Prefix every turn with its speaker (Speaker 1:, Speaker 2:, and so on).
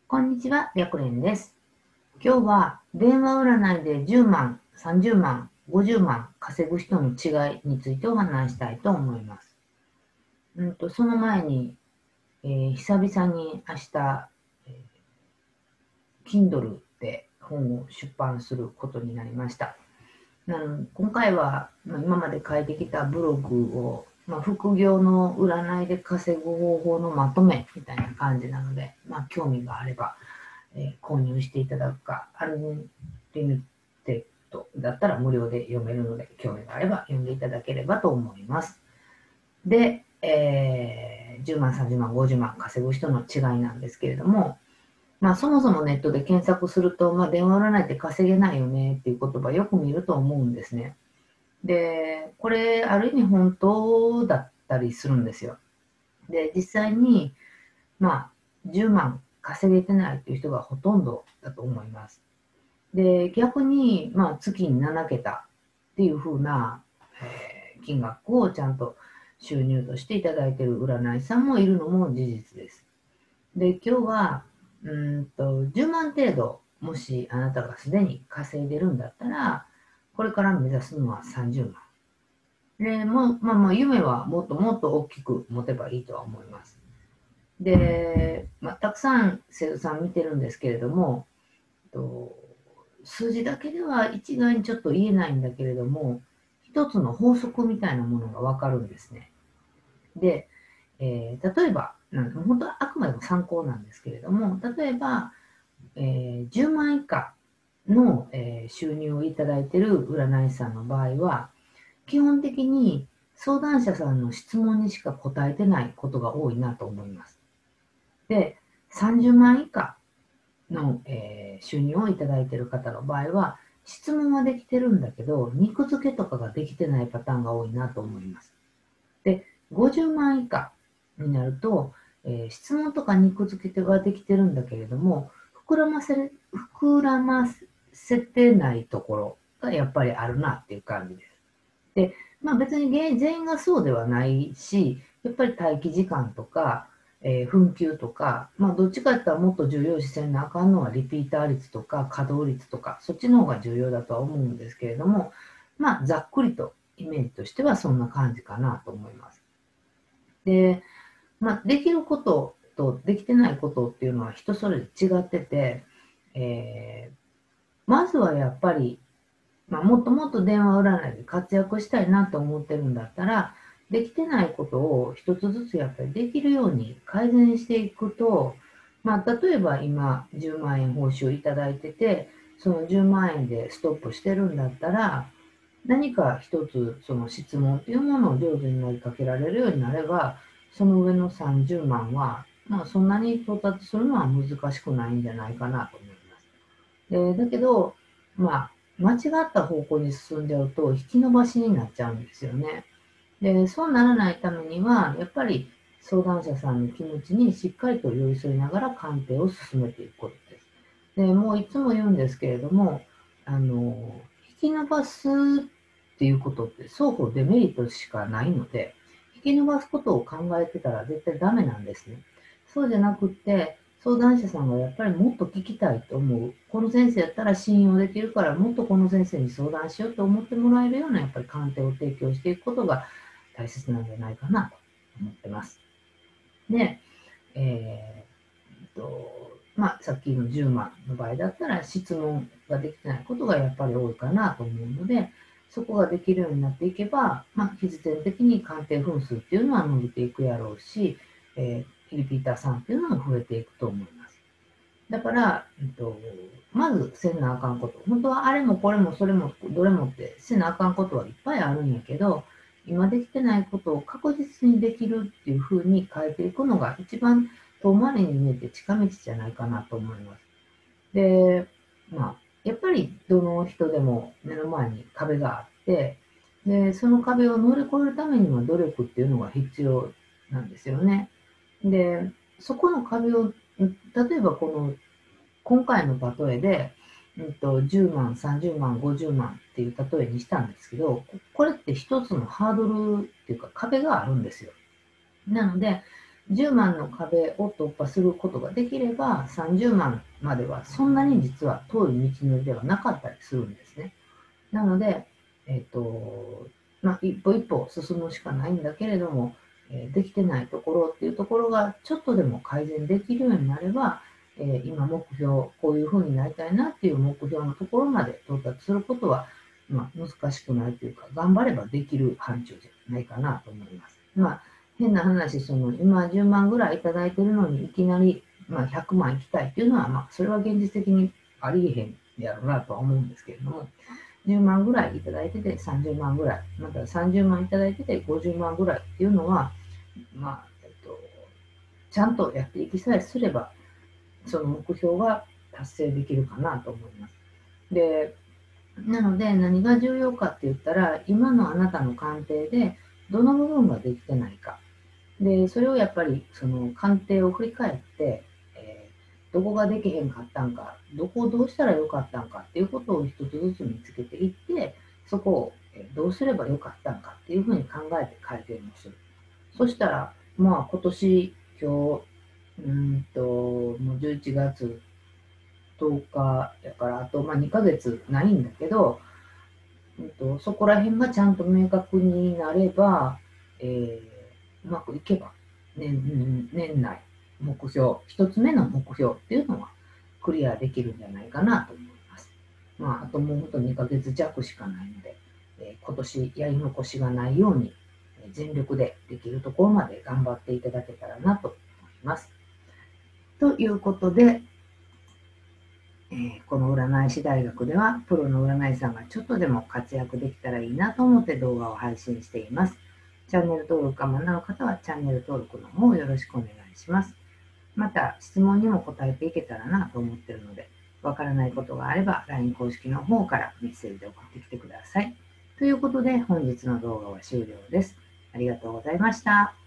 Speaker 1: こんにちは、白蓮です。今日は電話占いで10万、30万、50万稼ぐ人の違いについてお話したいと思います。その前に、久々に明日、Kindle で本を出版することになりました。今回は、今まで書いてきたブログを、副業の占いで稼ぐ方法のまとめみたいな感じなので、興味があれば購入していただくか、アルリミテッドだったら無料で読めるので、興味があれば読んでいただければと思います。で、10万、30万、50万稼ぐ人の違いなんですけれども、そもそもネットで検索すると、電話占いって稼げないよねっていう言葉よく見ると思うんですね。で、これ、ある意味本当だったりするんですよ。で、実際に、10万稼げてないっていう人がほとんどだと思います。で、逆に、月に7桁っていう風な、金額をちゃんと収入としていただいている占い師さんもいるのも事実です。で、今日は、10万程度、もしあなたがすでに稼いでるんだったら、これから目指すのは30万。で、夢はもっともっと大きく持てばいいとは思います。で、たくさん生徒さん見てるんですけれども、と数字だけでは一概にちょっと言えないんだけれども、一つの法則みたいなものがわかるんですね。で、例えば、本当はあくまでも参考なんですけれども、例えば、10万以下の、収入をいただいている占い師さんの場合は、基本的に相談者さんの質問にしか答えてないことが多いなと思います。で、30万以下の、収入をいただいている方の場合は、質問はできてるんだけど、肉付けとかができてないパターンが多いなと思います。で、50万以下になると、質問とか肉付けはできてるんだけれども、膨らませてないところがやっぱりあるなっていう感じです。で、別に全員がそうではないし、やっぱり待機時間とか、紛糾とか、どっちかって言ったらもっと重要視せなあかんのはリピーター率とか稼働率とか、そっちの方が重要だとは思うんですけれども、ざっくりとイメージとしてはそんな感じかなと思います。で、できることとできてないことっていうのは人それぞれ違ってて、まずはやっぱりもっともっと電話占いで活躍したいなと思ってるんだったら、できてないことを一つずつやっぱりできるように改善していくと、例えば今10万円報酬いただいてて、その10万円でストップしてるんだったら、何か一つその質問というものを上手に投げかけられるようになれば、その上の30万は、そんなに到達するのは難しくないんじゃないかなと思います。だけど、間違った方向に進んじゃうと引き延ばしになっちゃうんですよね。で、そうならないためには、やっぱり相談者さんの気持ちにしっかりと寄り添いながら鑑定を進めていくことです。で、もういつも言うんですけれども、引き伸ばすっていうことって双方デメリットしかないので、引き伸ばすことを考えてたら絶対ダメなんですね。そうじゃなくって、相談者さんがやっぱりもっと聞きたいと思う。この先生やったら信用できるから、もっとこの先生に相談しようと思ってもらえるようなやっぱり鑑定を提供していくことが大切なんじゃないかなと思ってます。で、さっきの10万の場合だったら質問ができてないことがやっぱり多いかなと思うので、そこができるようになっていけば、必然的に鑑定分数っていうのは伸びていくやろうし、リピーターさんっていうのも増えていくと思います。だから、まずせなあかんこと。本当はあれもこれもそれもどれもってせなあかんことはいっぱいあるんやけど、今できてないことを確実にできるっていう風に変えていくのが一番遠回りに見えて近道じゃないかなと思います。で、やっぱりどの人でも目の前に壁があって、で、その壁を乗り越えるためには努力っていうのが必要なんですよね。で、そこの壁を、例えば今回の例えで、10万、30万、50万っていう例えにしたんですけど、これって一つのハードルっていうか壁があるんですよ。なので、 10万の壁を突破することができれば、30万まではそんなに実は遠い道のりではなかったりするんですね。なので、一歩一歩進むしかないんだけれども、できてないところっていうところがちょっとでも改善できるようになれば、今目標、こういう風になりたいなっていう目標のところまで到達することは、難しくないというか、頑張ればできる範疇じゃないかなと思います。変な話、今10万ぐらいいただいてるのにいきなり、100万いきたいっていうのは、それは現実的にありえへんやろうなとは思うんですけれども、10万ぐらいいただいてて30万ぐらい、また30万いただいてて50万ぐらいっていうのは、まあ、えっと、ちゃんとやっていきさえすれば、その目標が達成できるかなと思います。で、なので何が重要かって言ったら、今のあなたの鑑定でどの部分ができてないか。で、それをやっぱりその鑑定を振り返って、どこができへんかったんか、どこをどうしたらよかったんかっていうことを一つずつ見つけていって、そこをどうすればよかったんかっていうふうに考えて改善をする。そしたら、今年、今日、もう11月10日やから、あと2ヶ月ないんだけど、そこら辺がちゃんと明確になれば、うまくいけば、年内目標、一つ目の目標っていうのはクリアできるんじゃないかなと思います。あともうほんと2ヶ月弱しかないので、今年やり残しがないように、全力でできるところまで頑張っていただけたらなと思います。ということで、この占い師大学ではプロの占い師さんがちょっとでも活躍できたらいいなと思って動画を配信しています。チャンネル登録がまだの方はチャンネル登録の方をよろしくお願いします。また質問にも答えていけたらなと思っているので、わからないことがあれば LINE 公式の方からメッセージで送ってきてください。ということで本日の動画は終了です。ありがとうございました。